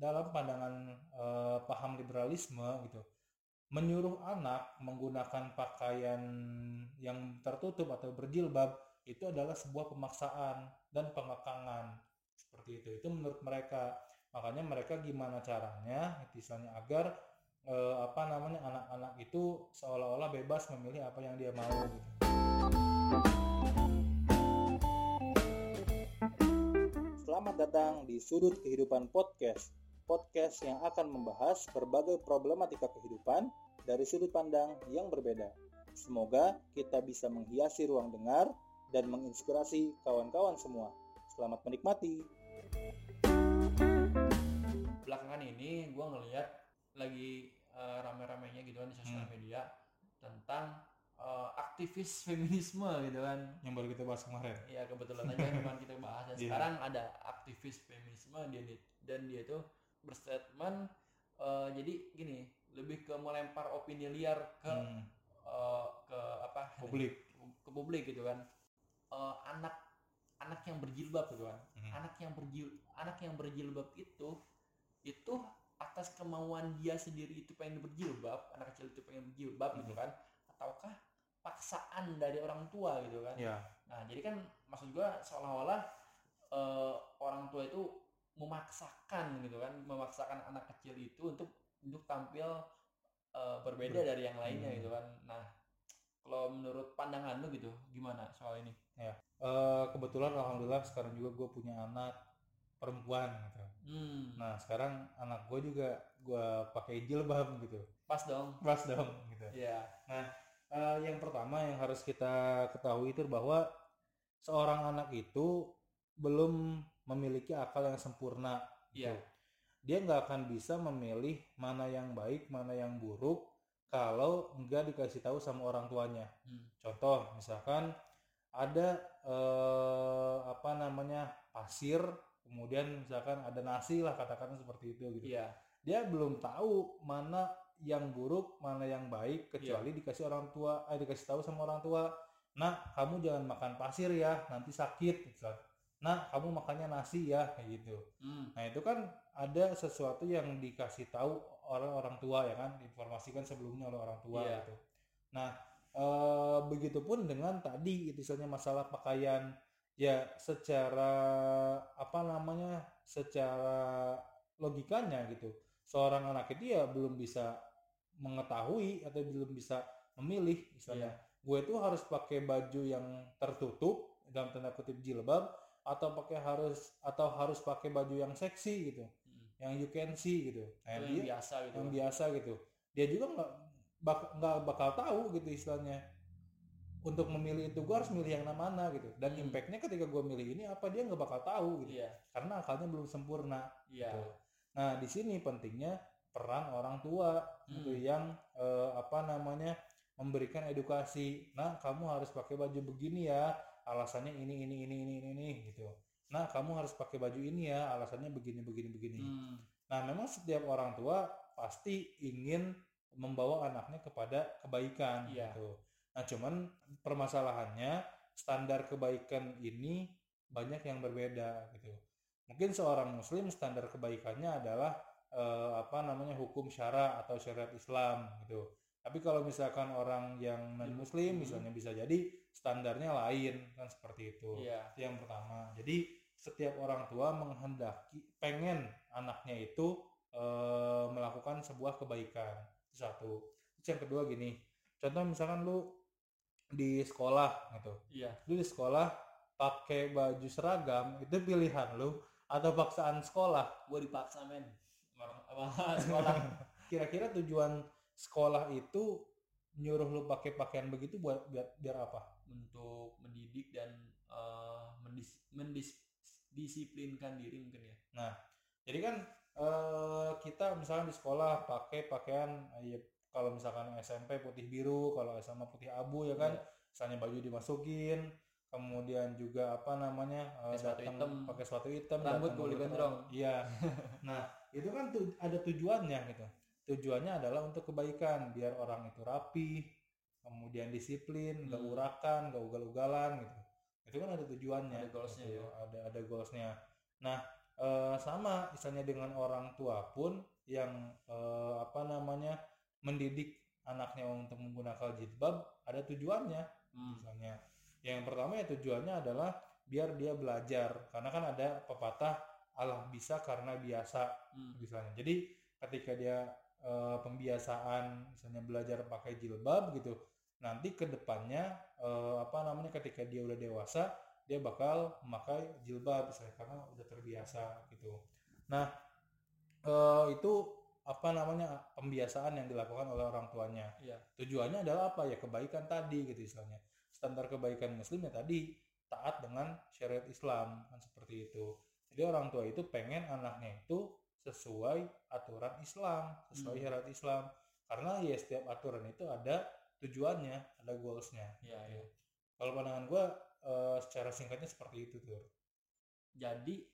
dalam pandangan paham liberalisme gitu, menyuruh anak menggunakan pakaian yang tertutup atau berjilbab itu adalah sebuah pemaksaan dan pengekangan seperti itu. Itu menurut mereka. Makanya mereka gimana caranya misalnya agar anak-anak itu seolah-olah bebas memilih apa yang dia mau gitu. Selamat datang di Sudut Kehidupan Podcast. Podcast yang akan membahas berbagai problematika kehidupan dari sudut pandang yang berbeda. Semoga kita bisa menghiasi ruang dengar dan menginspirasi kawan-kawan semua. Selamat menikmati. Belakangan ini gue ngelihat lagi rame-ramenya gitu kan di sosial media tentang aktivis feminisme gitu kan, yang baru kita bahas kemarin. Iya, kebetulan aja kemarin kita bahas dan sekarang ada aktivis feminisme dan dia itu berstatement jadi gini, lebih ke melempar opini liar ke publik, ke publik gitu kan. Anak yang berjilbab gitu kan, anak yang berjilbab itu atas kemauan dia sendiri itu pengen berjilbab, anak kecil itu pengen berjilbab gitu kan, ataukah paksaan dari orang tua gitu kan. Nah jadi kan maksud gue seolah-olah orang tua itu memaksakan gitu kan, memaksakan anak kecil itu untuk tampil berbeda dari yang lainnya gitu kan. Nah kalau menurut pandangan lu gitu gimana soal ini? Ya, kebetulan alhamdulillah sekarang juga gue punya anak perempuan gitu. Nah sekarang anak gue juga gue pakai jilbab gitu. Pas dong gitu. Yeah. Nah yang pertama yang harus kita ketahui itu bahwa seorang anak itu belum memiliki akal yang sempurna gitu. Dia nggak akan bisa memilih mana yang baik mana yang buruk kalau nggak dikasih tahu sama orang tuanya. Contoh misalkan ada pasir, kemudian misalkan ada nasi lah, katakan seperti itu gitu. Dia belum tahu mana yang buruk mana yang baik kecuali dikasih tahu sama orang tua. Nah kamu jangan makan pasir ya, nanti sakit gitu. Nah kamu makannya nasi ya, kayak gitu. Nah itu kan ada sesuatu yang dikasih tahu oleh orang tua ya kan, diinformasikan sebelumnya oleh orang tua gitu. Nah begitupun dengan tadi misalnya masalah pakaian, ya secara secara logikanya gitu, seorang anak itu ya belum bisa mengetahui atau belum bisa memilih misalnya gue itu harus pakai baju yang tertutup dalam tanda kutip jilbab atau harus pakai baju yang seksi gitu, yang you can see gitu. Nah, yang biasa gitu. Dia juga nggak bakal tahu gitu istilahnya. Untuk memilih itu gue harus milih yang mana gitu. Dan impactnya ketika gue milih ini apa, dia nggak bakal tahu gitu. Karena akalnya belum sempurna. Gitu. Nah di sini pentingnya peran orang tua gitu yang memberikan edukasi. Nah kamu harus pakai baju begini ya, alasannya ini gitu. Nah kamu harus pakai baju ini ya, alasannya begini. Nah memang setiap orang tua pasti ingin membawa anaknya kepada kebaikan gitu. Nah cuman permasalahannya standar kebaikan ini banyak yang berbeda gitu. Mungkin seorang muslim standar kebaikannya adalah hukum syara atau syariat Islam gitu. Tapi kalau misalkan orang yang non muslim misalnya bisa jadi standarnya lain kan, seperti itu. Itu yang pertama. Jadi setiap orang tua pengen anaknya itu melakukan sebuah kebaikan. Itu satu. Terus yang kedua gini, contoh misalkan lu di sekolah gitu. Lu di sekolah pakai baju seragam, itu pilihan lu atau paksaan sekolah? Gue dipaksa men sekolah. Kira-kira tujuan sekolah itu nyuruh lu pakai pakaian begitu biar apa? Untuk mendidik dan mendisiplinkan diri mungkin ya. Nah jadi kan kita misalnya di sekolah pakai pakaian kalau misalkan SMP putih biru, kalau SMA putih abu ya kan. Misalnya baju dimasukin, kemudian juga pakai sepatu hitam, rambut boleh gondrong. Iya. Nah itu kan ada tujuannya gitu. Tujuannya adalah untuk kebaikan, biar orang itu rapi, kemudian disiplin, gak urakan, gak ugal-ugalan gitu. Itu kan ada tujuannya. Ada goalsnya gitu. Ada goalsnya. Nah sama misalnya dengan orang tua pun yang mendidik anaknya untuk menggunakan jilbab ada tujuannya. Misalnya yang pertama ya tujuannya adalah biar dia belajar, karena kan ada pepatah Allah bisa karena biasa misalnya. Jadi ketika dia pembiasaan misalnya belajar pakai jilbab gitu, nanti ke depannya ketika dia udah dewasa dia bakal memakai jilbab misalnya karena udah terbiasa gitu. Nah itu pembiasaan yang dilakukan oleh orang tuanya. Tujuannya adalah apa ya, kebaikan tadi gitu misalnya. Standar kebaikan muslim ya tadi taat dengan syariat Islam kan seperti itu. Jadi orang tua itu pengen anaknya itu sesuai aturan Islam, sesuai syariat Islam, karena ya setiap aturan itu ada tujuannya, ada goalsnya. Kalau pandangan gue secara singkatnya seperti itu tuh. Jadi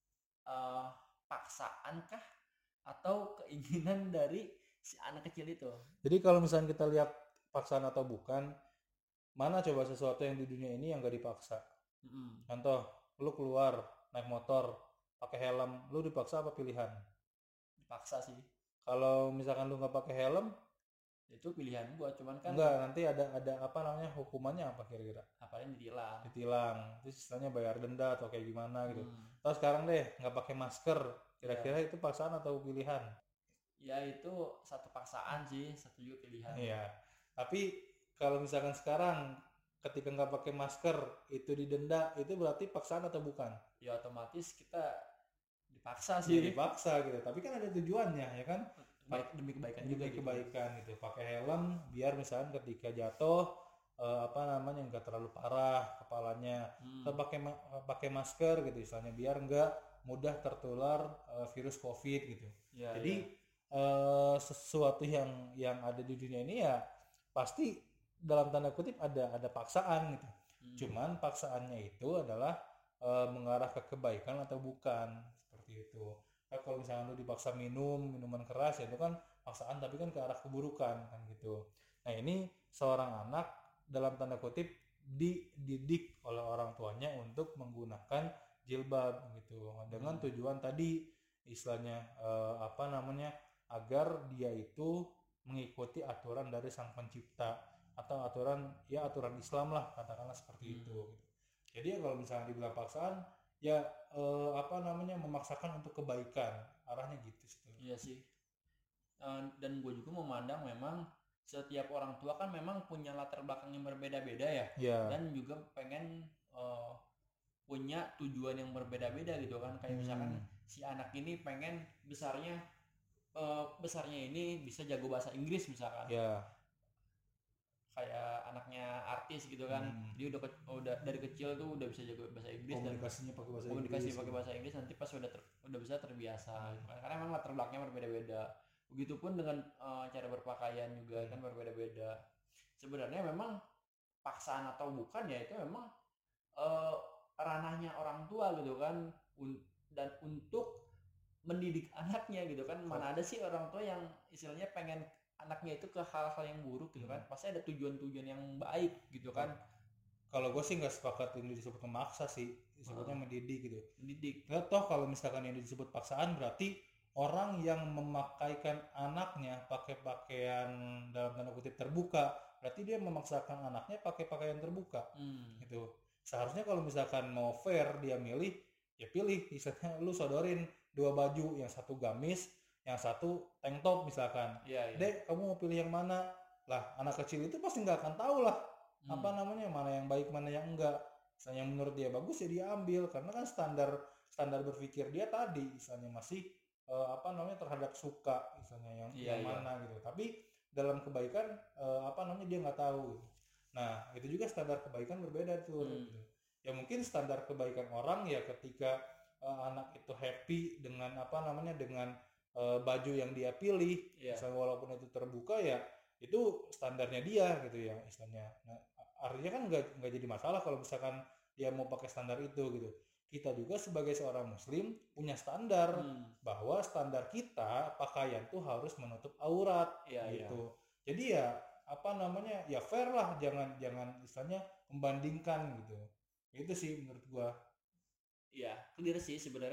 paksaankah atau keinginan dari si anak kecil itu? Jadi kalau misalnya kita lihat paksaan atau bukan, mana coba sesuatu yang di dunia ini yang gak dipaksa? Contoh, lu keluar naik motor pakai helm, lu dipaksa apa pilihan? Dipaksa sih. Kalau misalkan lu nggak pakai helm, itu pilihan gua, cuman kan enggak, nanti ada hukumannya apa kira-kira? Apalagi ditilang. Terus istilahnya bayar denda atau kayak gimana gitu. Terus sekarang deh nggak pakai masker, kira-kira itu paksaan atau pilihan? Ya itu satu paksaan sih, satu juga pilihan. Iya. Tapi kalau misalkan sekarang ketika nggak pakai masker itu didenda, itu berarti paksaan atau bukan? Ya otomatis kita dipaksa sih. Dipaksa gitu. Tapi kan ada tujuannya ya kan? Demi kebaikan juga kebaikan gitu. Pakai helm biar misalnya ketika jatuh nggak terlalu parah kepalanya. Atau pakai masker gitu misalnya biar nggak mudah tertular virus COVID gitu. Jadi sesuatu yang ada di dunia ini ya pasti dalam tanda kutip ada paksaan gitu. Cuman paksaannya itu adalah mengarah ke kebaikan atau bukan, seperti itu. Kalau misalnya lu dipaksa minuman keras ya itu kan paksaan tapi kan ke arah keburukan kan gitu. Nah ini seorang anak dalam tanda kutip dididik oleh orang tuanya untuk menggunakan jilbab gitu dengan tujuan tadi istilahnya agar dia itu mengikuti aturan dari sang pencipta atau aturan Islam lah katakanlah seperti itu. Jadi ya kalau misalnya dibilang paksaan ya memaksakan untuk kebaikan, arahnya gitu sih. Iya sih. Dan gue juga memandang memang setiap orang tua kan memang punya latar belakang yang berbeda-beda ya. Dan juga pengen punya tujuan yang berbeda-beda gitu kan. Kayak misalkan si anak ini pengen besarnya ini bisa jago bahasa Inggris misalkan. Kayak anaknya artis gitu kan, dia udah dari kecil tuh udah bisa jago bahasa Inggris, komunikasinya pakai bahasa Inggris nanti pas udah bisa terbiasa gitu kan. Karena memang latar belakangnya berbeda-beda. Begitupun dengan cara berpakaian juga kan berbeda-beda. Sebenarnya memang paksaan atau bukan ya itu memang ranahnya orang tua gitu kan, dan untuk mendidik anaknya gitu kan. Mana ada sih orang tua yang istilahnya pengen anaknya itu ke hal-hal yang buruk gitu kan. Pasti ada tujuan-tujuan yang baik gitu kan. Kalau gue sih nggak sepakat ini disebut memaksa sih, disebutnya mendidik gitu. Mendidik. Toh kalau misalkan ini disebut paksaan berarti orang yang memakaikan anaknya pakai pakaian dalam tanda kutip terbuka, berarti dia memaksakan anaknya pakai pakaian terbuka. Gitu. Seharusnya kalau misalkan mau fair dia milih, ya pilih misalnya lu sodorin 2 baju, yang satu gamis, yang satu tank top misalkan. Dek, kamu mau pilih yang mana? Lah anak kecil itu pasti nggak akan tahu lah mana yang baik mana yang enggak. Misalnya yang menurut dia bagus ya dia ambil, karena kan standar berpikir dia tadi misalnya masih terhadap suka misalnya yang mana gitu. Tapi dalam kebaikan dia nggak tahu. Nah itu juga standar kebaikan berbeda tuh. Gitu. Ya mungkin standar kebaikan orang ya ketika anak itu happy dengan dengan baju yang dia pilih, misalnya walaupun itu terbuka ya itu standarnya dia gitu ya istilahnya. Nah, artinya kan nggak jadi masalah kalau misalkan dia mau pakai standar itu gitu. Kita juga sebagai seorang muslim punya standar bahwa standar kita pakaian tuh harus menutup aurat gitu. Jadi ya ya fair lah, jangan istilahnya membandingkan gitu. Itu sih menurut gua. Iya, clear sih sebenarnya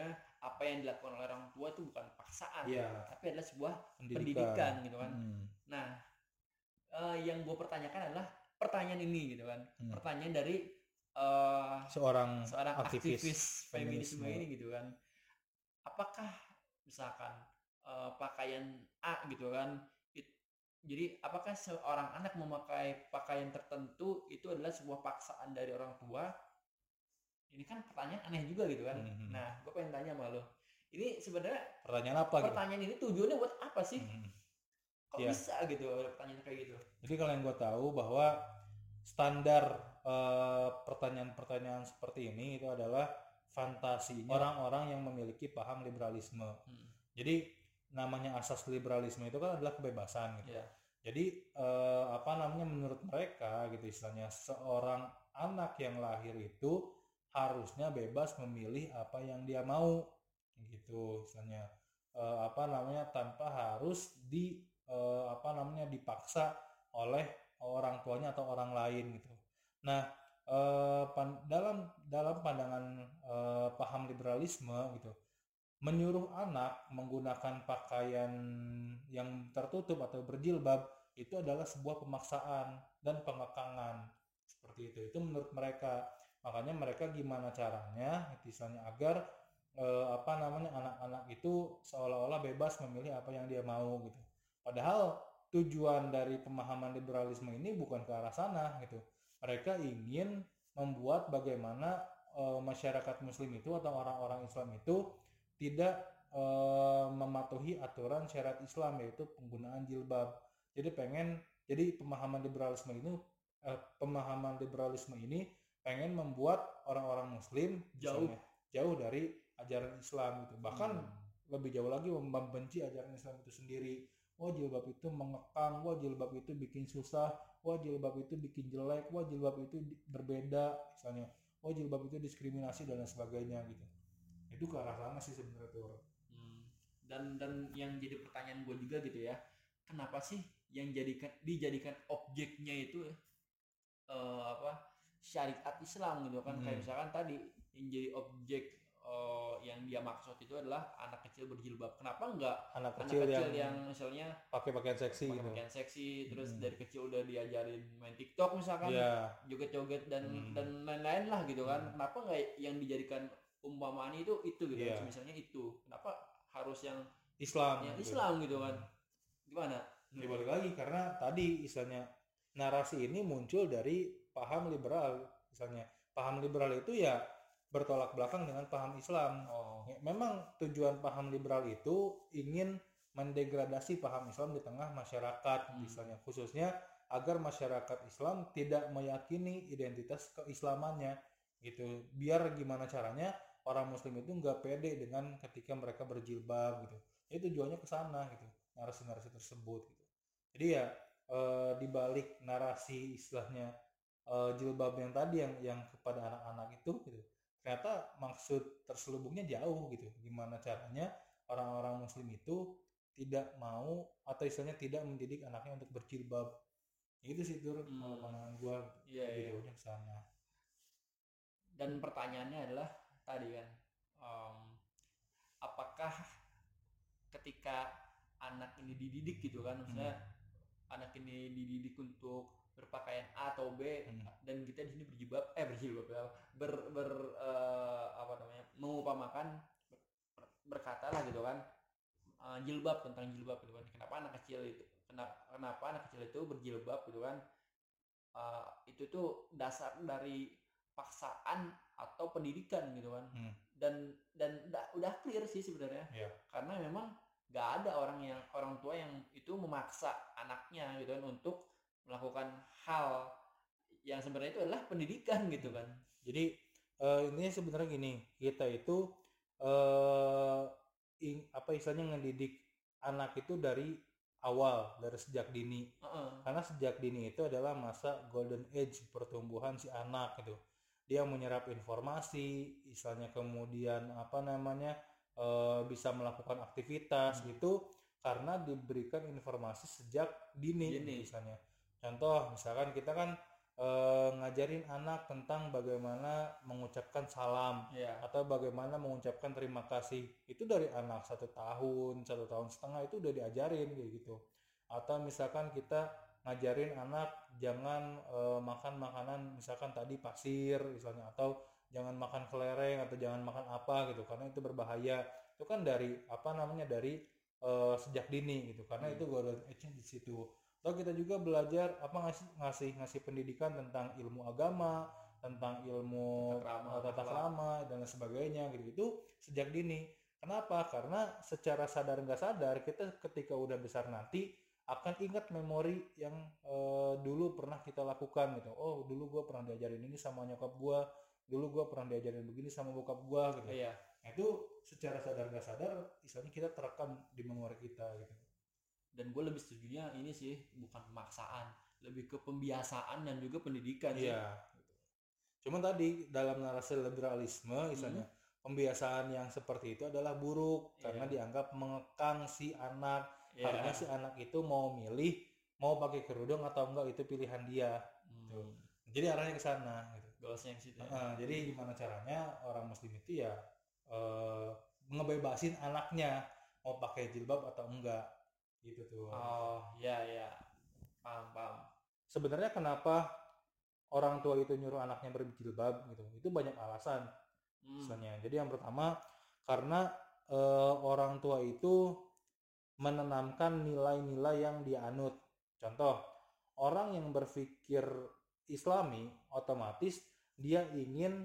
apa yang dilakukan oleh orang tua itu bukan paksaan, tapi adalah sebuah pendidikan gitu kan. Nah, yang gue pertanyakan adalah pertanyaan ini gitu kan, pertanyaan dari seorang aktivis feminisme ini gitu kan. Apakah misalkan pakaian A gitu kan, jadi apakah seorang anak memakai pakaian tertentu itu adalah sebuah paksaan dari orang tua? Ini kan pertanyaan aneh juga gitu kan. Nah, gue pengen tanya sama lo, ini sebenarnya pertanyaan apa? Pertanyaan ini tujuannya buat apa sih? Kok bisa gitu pertanyaan kayak gitu? Jadi kalau yang gue tahu bahwa standar pertanyaan-pertanyaan seperti ini itu adalah fantasinya orang-orang yang memiliki paham liberalisme. Jadi namanya asas liberalisme itu kan adalah kebebasan gitu. Jadi menurut mereka gitu istilahnya, seorang anak yang lahir itu harusnya bebas memilih apa yang dia mau gitu istilahnya, tanpa harus dipaksa oleh orang tuanya atau orang lain gitu. Nah, dalam pandangan paham liberalisme gitu, menyuruh anak menggunakan pakaian yang tertutup atau berjilbab itu adalah sebuah pemaksaan dan pengekangan seperti itu. Itu menurut mereka. Makanya mereka gimana caranya misalnya agar anak-anak itu seolah-olah bebas memilih apa yang dia mau gitu. Padahal tujuan dari pemahaman liberalisme ini bukan ke arah sana gitu. Mereka ingin membuat bagaimana masyarakat muslim itu atau orang-orang Islam itu tidak mematuhi aturan syariat Islam, yaitu penggunaan jilbab. Jadi pemahaman liberalisme ini pengen membuat orang-orang muslim jauh dari ajaran Islam gitu. Bahkan lebih jauh lagi membenci ajaran Islam itu sendiri. Wah, jilbab itu mengekang, wah jilbab itu bikin susah, wah jilbab itu bikin jelek, wah jilbab itu berbeda misalnya, wah jilbab itu diskriminasi dan lain sebagainya gitu. Itu ke arah sana sih sebenarnya tuh. Dan yang jadi pertanyaan gue juga gitu ya, kenapa sih yang dijadikan objeknya itu syariat Islam gitu kan? Kayak misalkan tadi yang jadi objek yang dia maksud itu adalah anak kecil berjilbab. Kenapa enggak anak kecil yang misalnya pakai pakaian seksi gitu. Pakaian seksi terus dari kecil udah diajarin main TikTok misalkan, joget-joget dan lain-lain lah gitu kan. Kenapa enggak yang dijadikan umpamaannya itu gitu misalnya itu. Kenapa harus yang Islam gitu kan? Gimana? Ya balik lagi karena tadi istilahnya narasi ini muncul dari paham liberal. Misalnya paham liberal itu ya bertolak belakang dengan paham Islam. Memang tujuan paham liberal itu ingin mendegradasi paham Islam di tengah masyarakat, misalnya khususnya agar masyarakat Islam tidak meyakini identitas keislamannya gitu. Biar gimana caranya orang muslim itu nggak pede dengan ketika mereka berjilbab gitu. Itu tujuannya ke sana gitu, narasi-narasi tersebut gitu. Jadi ya dibalik narasi istilahnya jilbab yang tadi yang kepada anak-anak itu gitu, ternyata maksud terselubungnya jauh gitu. Gimana caranya orang-orang muslim itu tidak mau atau istilahnya tidak mendidik anaknya untuk berjilbab. Itu sih Tur, kalau pandangan gue jauhnya ke sana. Dan pertanyaannya adalah tadi kan, apakah ketika anak ini dididik gitu kan, maksudnya anak ini dididik untuk berpakaian A atau B dan kita di sini mengupamakan berkata lah gitu kan, tentang jilbab gitu kan. Kenapa anak kecil itu berjilbab gitu kan? Itu tuh dasar dari paksaan atau pendidikan gitu kan. Dan udah clear sih sebenarnya. Karena memang gak ada orang tua yang itu memaksa anaknya gitu kan untuk melakukan hal yang sebenarnya itu adalah pendidikan gitu kan. Jadi ini sebenarnya gini, kita itu istilahnya ngedidik anak itu dari awal, dari sejak dini. Karena sejak dini itu adalah masa golden age pertumbuhan si anak gitu. Dia menyerap informasi, istilahnya kemudian bisa melakukan aktivitas itu karena diberikan informasi sejak dini. Misalnya contoh, misalkan kita kan ngajarin anak tentang bagaimana mengucapkan salam atau bagaimana mengucapkan terima kasih. Itu dari anak 1 tahun, 1 tahun setengah itu udah diajarin kayak gitu. Atau misalkan kita ngajarin anak jangan makan makanan misalkan tadi pasir misalnya, atau jangan makan kelereng atau jangan makan apa gitu karena itu berbahaya. Itu kan dari dari sejak dini gitu, karena itu golden age-nya di situ. Atau kita juga belajar ngasih pendidikan tentang ilmu agama, tentang ilmu tata krama dan sebagainya gitu. Itu sejak dini. Kenapa? Karena secara sadar nggak sadar kita ketika udah besar nanti akan ingat memori yang dulu pernah kita lakukan gitu. Oh, dulu gue pernah diajarin ini sama nyokap gue, dulu gue pernah diajarin begini sama bokap gue gitu. Nah, itu secara sadar nggak sadar istilahnya kita terekam di memori kita gitu. Dan gue lebih setujunya ini sih bukan pemaksaan, lebih ke pembiasaan dan juga pendidikan sih. Cuman tadi dalam narasi liberalisme misalnya pembiasaan yang seperti itu adalah buruk karena dianggap mengekang si anak. Harusnya si anak itu mau milih mau pakai kerudung atau enggak, itu pilihan dia. Gitu. Jadi arahnya ke sana gitu. Goalsnya yang situ. Jadi gimana caranya orang muslim itu ya ngebebasin anaknya mau pakai jilbab atau enggak gitu tuh. Oh iya paham. Sebenarnya kenapa orang tua itu nyuruh anaknya berjilbab gitu, itu banyak alasan misalnya. Jadi yang pertama karena orang tua itu menanamkan nilai-nilai yang dia anut. Contoh, orang yang berpikir Islami otomatis dia ingin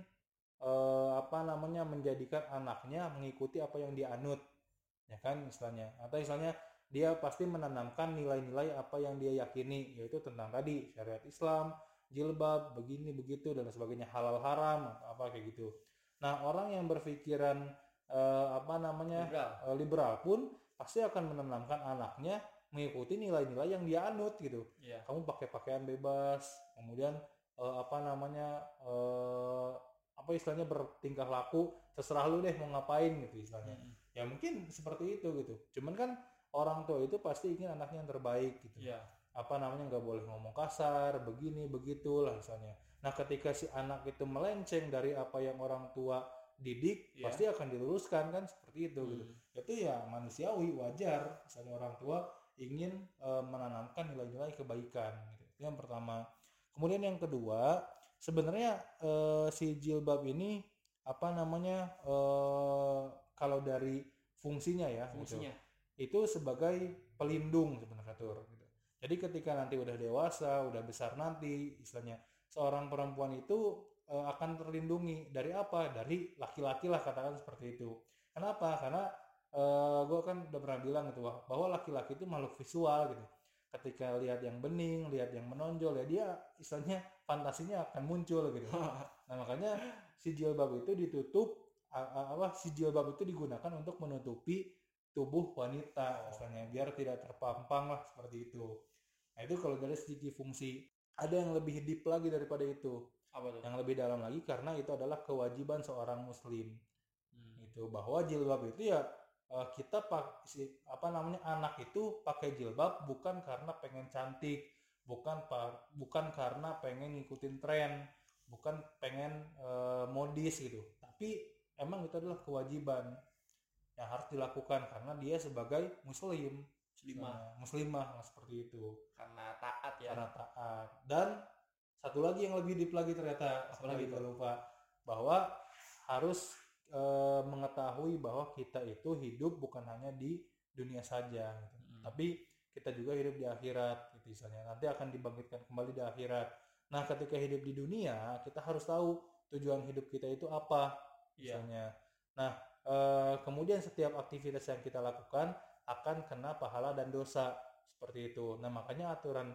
menjadikan anaknya mengikuti apa yang dia anut, ya kan istilahnya. Atau istilahnya dia pasti menanamkan nilai-nilai apa yang dia yakini, yaitu tentang tadi syariat Islam, jilbab, begini begitu dan sebagainya, halal haram apa kayak gitu. Nah, orang yang berpikiran liberal pun pasti akan menanamkan anaknya mengikuti nilai-nilai yang dia anut gitu. Kamu pakai pakaian bebas, kemudian istilahnya bertingkah laku terserah lu deh mau ngapain gitu istilahnya. Ya mungkin seperti itu gitu. Cuman kan orang tua itu pasti ingin anaknya yang terbaik gitu. Nggak boleh ngomong kasar, begini begitulah misalnya. Nah, ketika si anak itu melenceng dari apa yang orang tua didik, pasti akan diluruskan kan seperti itu gitu. Itu ya manusiawi, wajar misalnya orang tua ingin menanamkan nilai-nilai kebaikan gitu. Itu yang pertama. Kemudian yang kedua, sebenarnya si jilbab ini kalau dari fungsinya gitu, itu sebagai pelindung sebenarnya tuh gitu. Jadi ketika nanti udah dewasa, udah besar nanti istilahnya seorang perempuan itu akan terlindungi dari apa? Dari laki-laki lah, katakan seperti itu. Kenapa? Karena gue kan udah pernah bilang gitu bahwa laki-laki itu makhluk visual gitu. Ketika lihat yang bening, lihat yang menonjol, ya dia istilahnya fantasinya akan muncul gitu. Nah, makanya si jilbab itu digunakan untuk menutupi tubuh wanita misalnya, biar tidak terpampang lah seperti itu. Nah, itu kalau dari segi fungsi. Ada yang lebih deep lagi daripada itu. Apa tuh? Yang lebih dalam lagi, karena itu adalah kewajiban seorang muslim. Itu bahwa jilbab itu ya anak itu pakai jilbab bukan karena pengen cantik, bukan karena pengen ngikutin tren, bukan pengen modis gitu, tapi emang itu adalah kewajiban yang harus dilakukan karena dia sebagai muslimah seperti itu, karena taat ya. Karena taat. Dan satu lagi yang lebih deep lagi ternyata, apalagi gue lupa, bahwa harus mengetahui bahwa kita itu hidup bukan hanya di dunia saja gitu. Tapi kita juga hidup di akhirat gitu misalnya. Nanti akan dibangkitkan kembali di akhirat. Nah, ketika hidup di dunia kita harus tahu tujuan hidup kita itu apa misalnya. Nah, kemudian setiap aktivitas yang kita lakukan akan kena pahala dan dosa seperti itu. Nah, makanya aturan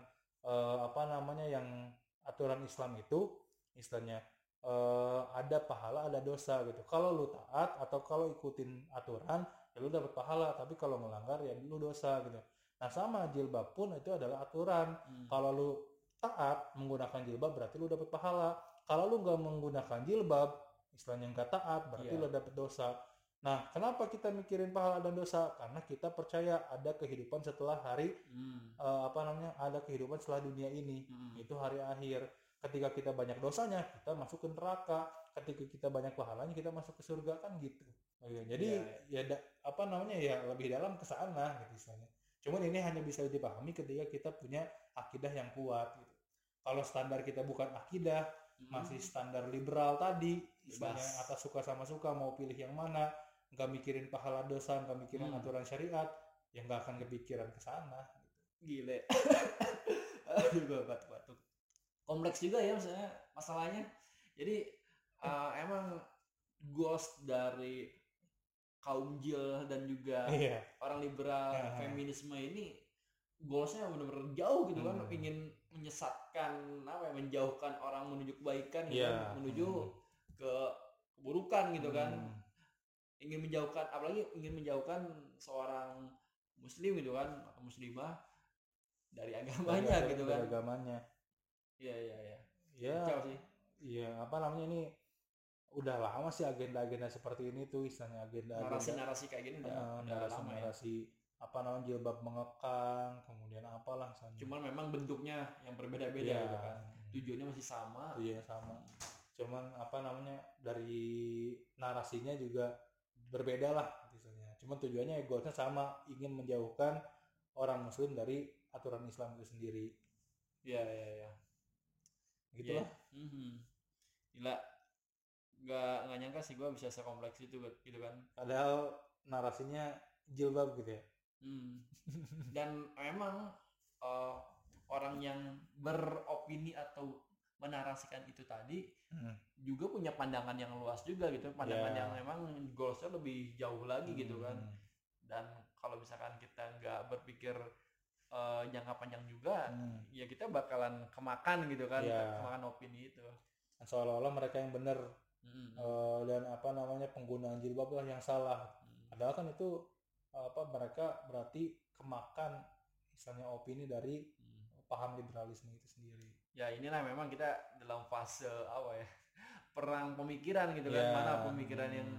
aturan Islam itu istilahnya ada pahala ada dosa gitu. Kalau lu taat atau kalau ikutin aturan ya lu dapat pahala, tapi kalau melanggar ya lu dosa gitu. Nah, sama jilbab pun itu adalah aturan. Kalau lu taat menggunakan jilbab berarti lu dapat pahala. Kalau lu nggak menggunakan jilbab istilahnya nggak taat berarti lu dapat dosa. Nah, kenapa kita mikirin pahala dan dosa? Karena kita percaya ada kehidupan setelah ada kehidupan setelah dunia ini. Itu hari akhir. ketika kita banyak dosanya kita masuk ke neraka, ketika kita banyak pahalanya kita masuk ke surga kan gitu. Jadi apa namanya ya lebih dalam ke sana gitu istilahnya. Cuman ini hanya bisa dipahami ketika kita punya akidah yang kuat gitu. Kalau standar kita bukan akidah, masih standar liberal tadi, istilahnya atas suka sama suka, mau pilih yang mana, nggak mikirin pahala dosa, nggak mikirin aturan syariat, ya nggak akan kepikiran ke sana. Gitu. Gile. Aduh, gue batuk-batuk. Kompleks juga ya masalahnya. Jadi emang goals dari kaum Jil dan juga orang liberal feminisme ini goalsnya benar-benar jauh gitu kan, ingin menyesatkan menjauhkan orang menuju kebaikan gitu kan, menuju ke keburukan gitu kan, ingin menjauhkan seorang muslim gitu kan atau muslimah dari agamanya gitu kan, agamanya. Jauh sih. Iya, apa namanya ini udah lama sih agenda-agenda seperti ini tuh, istilahnya narasi kayak gini udah lama narasi apa namanya jilbab mengekang, kemudian apalah sana. Cuman memang bentuknya yang berbeda-beda gitu kan. Tujuannya masih sama. Iya, sama. Cuman apa namanya dari narasinya juga berbeda lah misalnya. Cuman tujuannya goalsnya sama, ingin menjauhkan orang muslim dari aturan Islam itu sendiri. Iya. Gitu lah. Gila. Nggak nyangka sih gue bisa sekompleks itu gitu kan. Padahal narasinya jilbab gitu ya. Dan memang orang yang beropini atau menarasikan itu tadi juga punya pandangan yang luas juga gitu, pandangan yang memang goalsnya lebih jauh lagi gitu kan. Dan kalau misalkan kita nggak berpikir jangka panjang juga, ya kita bakalan kemakan gitu kan, kemakan opini itu. Seolah-olah mereka yang benar dan apa namanya penggunaan jilbab lah yang salah. Padahal kan itu mereka berarti kemakan misalnya opini dari paham liberalisme itu sendiri. Ya inilah memang kita dalam fase perang pemikiran gitu kan, mana pemikiran yang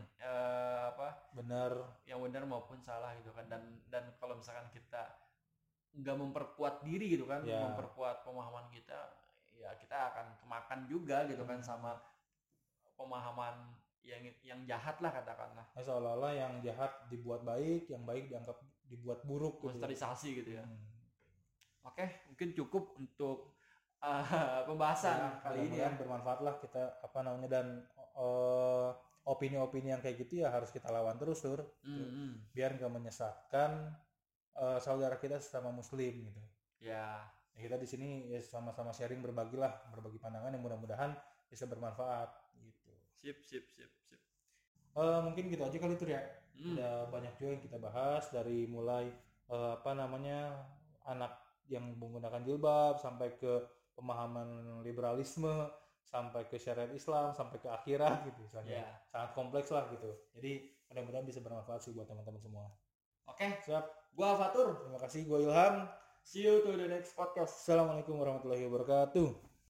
yang benar maupun salah gitu kan, dan kalau misalkan kita nggak memperkuat diri gitu kan, memperkuat pemahaman kita, ya kita akan kemakan juga gitu kan sama pemahaman yang jahat lah katakanlah. Seolah-olah yang jahat dibuat baik, yang baik dianggap dibuat buruk. Westernizasi gitu ya. Oke, mungkin cukup untuk pembahasan kali ini ya. Bermanfaat lah kita dan opini-opini yang kayak gitu ya harus kita lawan terus biar nggak menyesatkan saudara kita sesama muslim gitu. Ya kita di sini ya sama-sama sharing, berbagi pandangan yang mudah-mudahan bisa bermanfaat gitu. Sip. Mungkin gitu aja kali itu ya. Udah banyak juga yang kita bahas, dari mulai anak yang menggunakan jilbab sampai ke pemahaman liberalisme, sampai ke syariat Islam, sampai ke akhirat gitu misalnya. Sangat kompleks lah gitu. Jadi mudah-mudahan bisa bermanfaat sih buat teman-teman semua. Oke. Siap. Gua Fatur. Terima kasih. Gua Ilham. See you to the next podcast. Assalamualaikum warahmatullahi wabarakatuh.